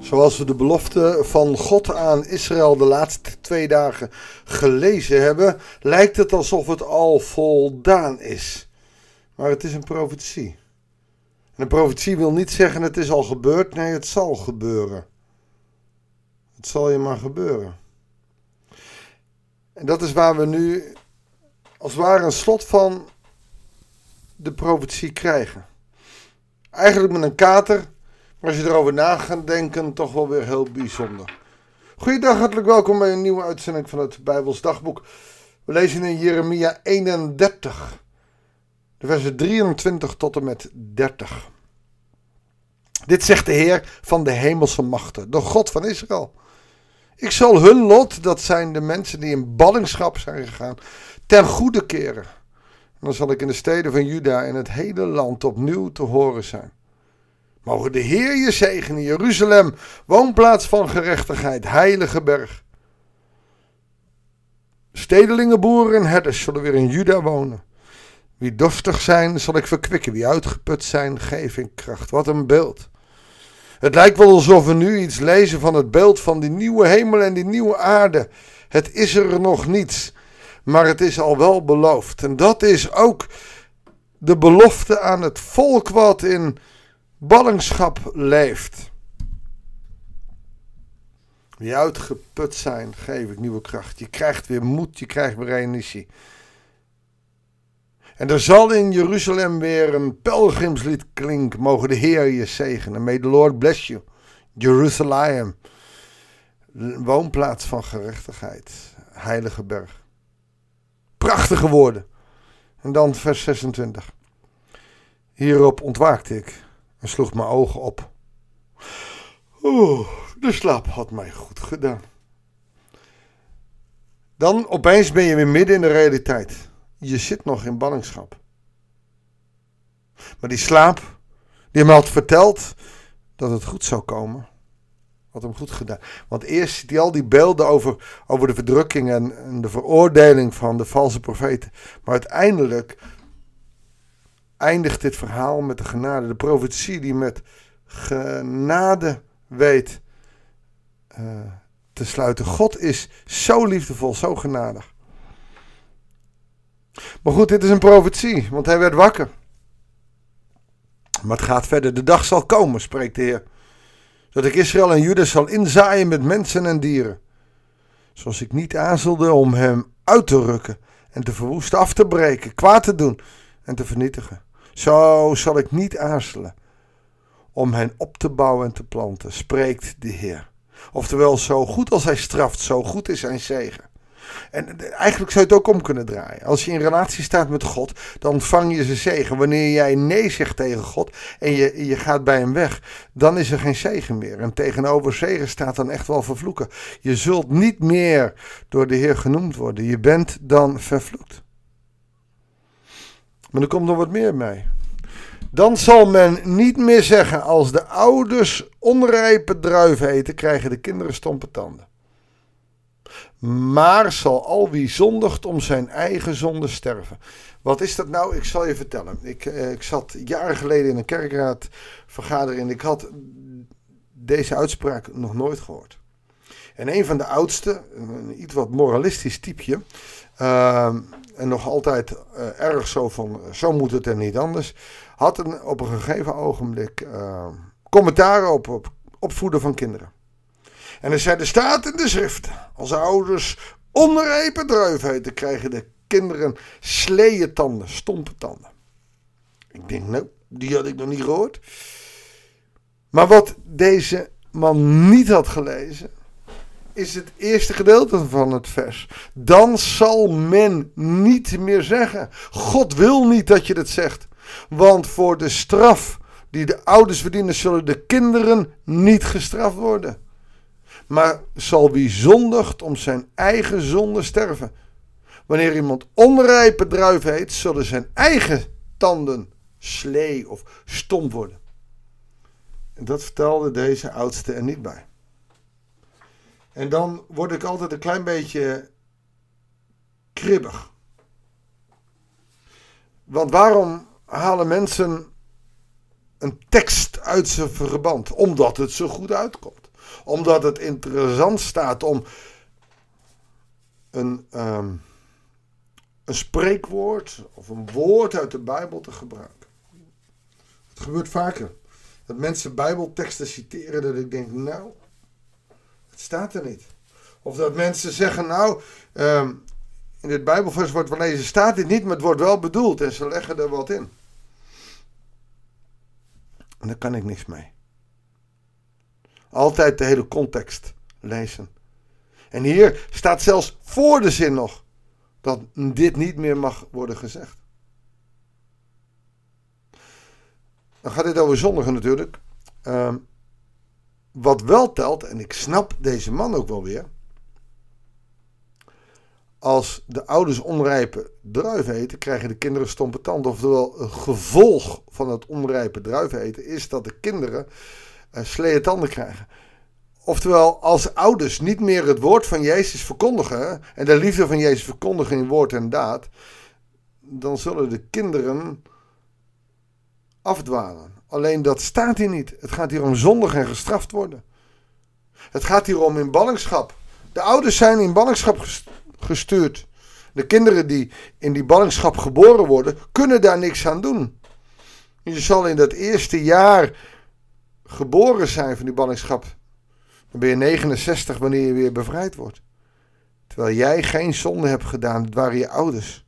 Zoals we de belofte van God aan Israël de laatste 2 dagen gelezen hebben, lijkt het alsof het al voldaan is. Maar het is een profetie. En een profetie wil niet zeggen het is al gebeurd, nee, het zal gebeuren. Het zal je maar gebeuren. En dat is waar we nu als het ware een slot van de profetie krijgen. Eigenlijk met een kater, maar als je erover na gaat denken, toch wel weer heel bijzonder. Goeiedag, hartelijk welkom bij een nieuwe uitzending van het Bijbels Dagboek. We lezen in Jeremia 31, de versen 23 tot en met 30. Dit zegt de Heer van de hemelse machten, de God van Israël. Ik zal hun lot, dat zijn de mensen die in ballingschap zijn gegaan, ten goede keren. En dan zal ik in de steden van Juda en het hele land opnieuw te horen zijn. Mogen de Heer je zegenen, Jeruzalem, woonplaats van gerechtigheid, heilige berg. Stedelingen, boeren en herders zullen weer in Juda wonen. Wie dorstig zijn, zal ik verkwikken. Wie uitgeput zijn, geef ik kracht. Wat een beeld. Het lijkt wel alsof we nu iets lezen van het beeld van die nieuwe hemel en die nieuwe aarde. Het is er nog niet, maar het is al wel beloofd. En dat is ook de belofte aan het volk wat in ballingschap leeft. Wie uitgeput zijn, geef ik nieuwe kracht. Je krijgt weer moed, je krijgt weer energie. En er zal in Jeruzalem weer een pelgrimslied klinken. Mogen de Heer je zegenen. May the Lord bless you. Jerusalem. Woonplaats van gerechtigheid. Heilige berg. Prachtige woorden. En dan vers 26. Hierop ontwaakte ik en sloeg mijn ogen op. De slaap had mij goed gedaan. Dan opeens ben je weer midden in de realiteit. Je zit nog in ballingschap. Maar die slaap, die hem had verteld dat het goed zou komen, had hem goed gedaan. Want eerst ziet hij al die beelden over de verdrukking en de veroordeling van de valse profeten. Maar uiteindelijk eindigt dit verhaal met de genade. De profetie die met genade weet te sluiten. God is zo liefdevol, zo genadig. Maar goed, dit is een profetie, want hij werd wakker. Maar het gaat verder. De dag zal komen, spreekt de Heer, dat ik Israël en Juda zal inzaaien met mensen en dieren. Zoals ik niet aarzelde om hem uit te rukken en te verwoesten, af te breken, kwaad te doen en te vernietigen. Zo zal ik niet aarzelen om hen op te bouwen en te planten, spreekt de Heer. Oftewel, zo goed als hij straft, zo goed is zijn zegen. En eigenlijk zou je het ook om kunnen draaien. Als je in relatie staat met God, dan ontvang je zijn zegen. Wanneer jij nee zegt tegen God en je gaat bij hem weg, dan is er geen zegen meer. En tegenover zegen staat dan echt wel vervloeken. Je zult niet meer door de Heer genoemd worden. Je bent dan vervloekt. Maar er komt nog wat meer bij. Dan zal men niet meer zeggen, als de ouders onrijpe druiven eten, krijgen de kinderen stompe tanden. Maar zal al wie zondigt om zijn eigen zonde sterven. Wat is dat nou? Ik zal je vertellen. Ik zat jaren geleden in een kerkraadvergadering en ik had deze uitspraak nog nooit gehoord. En een van de oudsten, een iets wat moralistisch typeje, en nog altijd erg zo van, zo moet het en niet anders, had op een gegeven ogenblik commentaren op opvoeden van kinderen. En hij zei, er staat in de schrift, als ouders onrijpe druiven eten, krijgen de kinderen sleeëntanden, stompe tanden. Ik denk, nou, die had ik nog niet gehoord. Maar wat deze man niet had gelezen, is het eerste gedeelte van het vers. Dan zal men niet meer zeggen. God wil niet dat je dat zegt. Want voor de straf die de ouders verdienen, zullen de kinderen niet gestraft worden. Maar zal wie zondigt om zijn eigen zonde sterven. Wanneer iemand onrijpe druiven eet, zullen zijn eigen tanden slee of stomp worden. En dat vertelde deze oudste er niet bij. En dan word ik altijd een klein beetje kribbig. Want waarom halen mensen een tekst uit zijn verband? Omdat het zo goed uitkomt. Omdat het interessant staat om een spreekwoord of een woord uit de Bijbel te gebruiken. Het gebeurt vaker. Dat mensen Bijbelteksten citeren dat ik denk, nou, het staat er niet. Of dat mensen zeggen, nou, in dit Bijbelvers wordt gelezen, staat dit niet, maar het wordt wel bedoeld. En ze leggen er wat in. En daar kan ik niks mee. Altijd de hele context lezen. En hier staat zelfs voor de zin nog dat dit niet meer mag worden gezegd. Dan gaat dit over zondigen natuurlijk. Wat wel telt, en ik snap deze man ook wel weer. Als de ouders onrijpe druiven eten, krijgen de kinderen stompe tanden. Oftewel, een gevolg van het onrijpe druiven eten is dat de kinderen sleeën tanden krijgen. Oftewel, als ouders niet meer het woord van Jezus verkondigen en de liefde van Jezus verkondigen in woord en daad, dan zullen de kinderen afdwalen. Alleen dat staat hier niet. Het gaat hier om zondig en gestraft worden. Het gaat hier om in ballingschap. De ouders zijn in ballingschap gestuurd. De kinderen die in die ballingschap geboren worden, kunnen daar niks aan doen. Je zal in dat eerste jaar geboren zijn van die ballingschap. Dan ben je 69 wanneer je weer bevrijd wordt. Terwijl jij geen zonde hebt gedaan, het waren je ouders.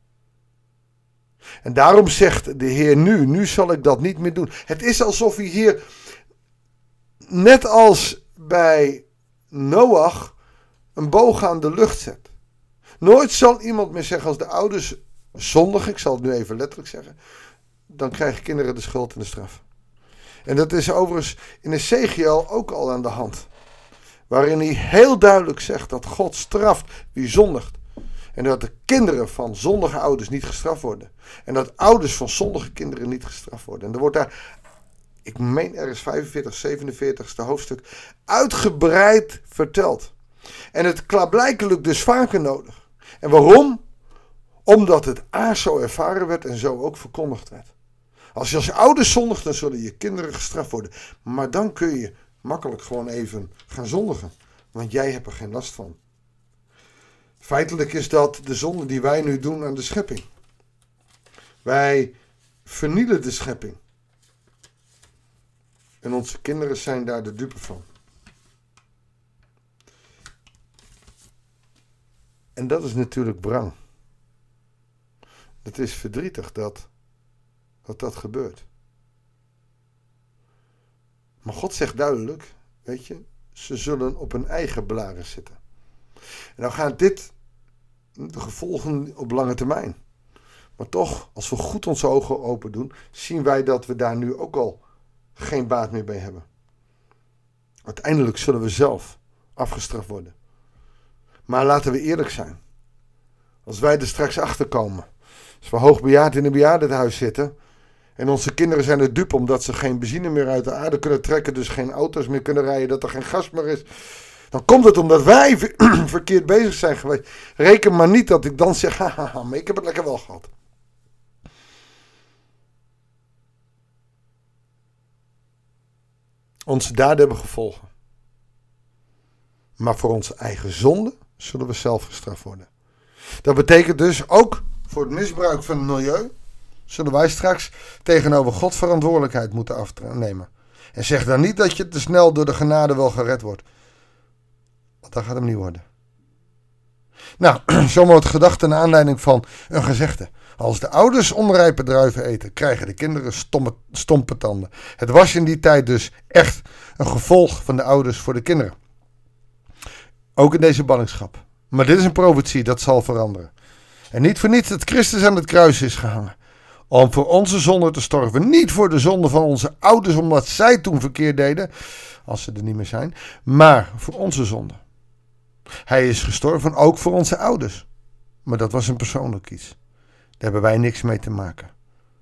En daarom zegt de Heer nu zal ik dat niet meer doen. Het is alsof hij hier, net als bij Noach, een boog aan de lucht zet. Nooit zal iemand meer zeggen als de ouders zondigen, ik zal het nu even letterlijk zeggen, dan krijgen kinderen de schuld en de straf. En dat is overigens in Ezekiel ook al aan de hand. Waarin hij heel duidelijk zegt dat God straft wie zondigt. En dat de kinderen van zondige ouders niet gestraft worden. En dat ouders van zondige kinderen niet gestraft worden. En er wordt daar, ik meen ergens 45, 47ste hoofdstuk, uitgebreid verteld. En het klaarblijkelijk dus vaker nodig. En waarom? Omdat het zo ervaren werd en zo ook verkondigd werd. Als je als ouders zondigt, dan zullen je kinderen gestraft worden. Maar dan kun je makkelijk gewoon even gaan zondigen. Want jij hebt er geen last van. Feitelijk is dat de zonde die wij nu doen aan de schepping. Wij vernielen de schepping. En onze kinderen zijn daar de dupe van. En dat is natuurlijk wrang. Het is verdrietig dat gebeurt. Maar God zegt duidelijk, weet je, ze zullen op hun eigen blaren zitten. En dan gaat dit de gevolgen op lange termijn. Maar toch, als we goed onze ogen open doen, zien wij dat we daar nu ook al geen baat meer bij hebben. Uiteindelijk zullen we zelf afgestraft worden. Maar laten we eerlijk zijn. Als wij er straks achter komen, als we hoogbejaard in een bejaardenhuis zitten en onze kinderen zijn er dupe omdat ze geen benzine meer uit de aarde kunnen trekken, dus geen auto's meer kunnen rijden, dat er geen gas meer is, dan komt het omdat wij verkeerd bezig zijn geweest. Reken maar niet dat ik dan zeg, haha, maar ik heb het lekker wel gehad. Onze daden hebben gevolgen. Maar voor onze eigen zonde zullen we zelf gestraft worden. Dat betekent dus ook voor het misbruik van het milieu zullen wij straks tegenover God verantwoordelijkheid moeten afnemen. En zeg dan niet dat je te snel door de genade wel gered wordt. Want dat gaat hem niet worden. Nou, zomaar wat gedachten naar aanleiding van een gezegde. Als de ouders onrijpe druiven eten, krijgen de kinderen stompe tanden. Het was in die tijd dus echt een gevolg van de ouders voor de kinderen. Ook in deze ballingschap. Maar dit is een profetie, dat zal veranderen. En niet voor niets dat Christus aan het kruis is gehangen. Om voor onze zonde te sterven. Niet voor de zonde van onze ouders, omdat zij toen verkeerd deden. Als ze er niet meer zijn. Maar voor onze zonde. Hij is gestorven ook voor onze ouders. Maar dat was een persoonlijk iets. Daar hebben wij niks mee te maken.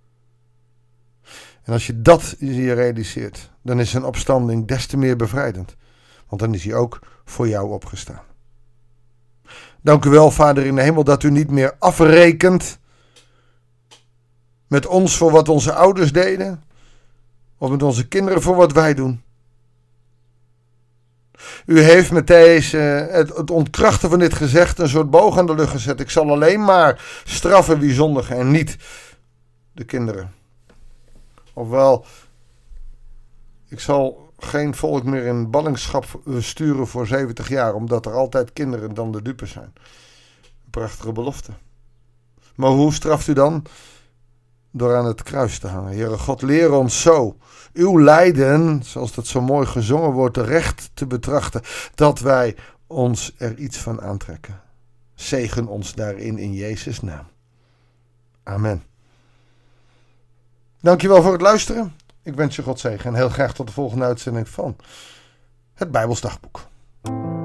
En als je dat je realiseert, dan is zijn opstanding des te meer bevrijdend. Want dan is hij ook voor jou opgestaan. Dank u wel, Vader in de hemel, dat u niet meer afrekent met ons voor wat onze ouders deden. Of met onze kinderen voor wat wij doen. U heeft met het ontkrachten van dit gezegd een soort boog aan de lucht gezet. Ik zal alleen maar straffen wie zondigen en niet de kinderen. Ofwel, ik zal geen volk meer in ballingschap sturen voor 70 jaar, omdat er altijd kinderen dan de dupe zijn. Een prachtige belofte. Maar hoe straft u dan? Door aan het kruis te hangen. Heere God, leer ons zo uw lijden, zoals dat zo mooi gezongen wordt, recht te betrachten, dat wij ons er iets van aantrekken. Zegen ons daarin in Jezus' naam. Amen. Dankjewel voor het luisteren. Ik wens je God zegen en heel graag tot de volgende uitzending van het Bijbels Dagboek.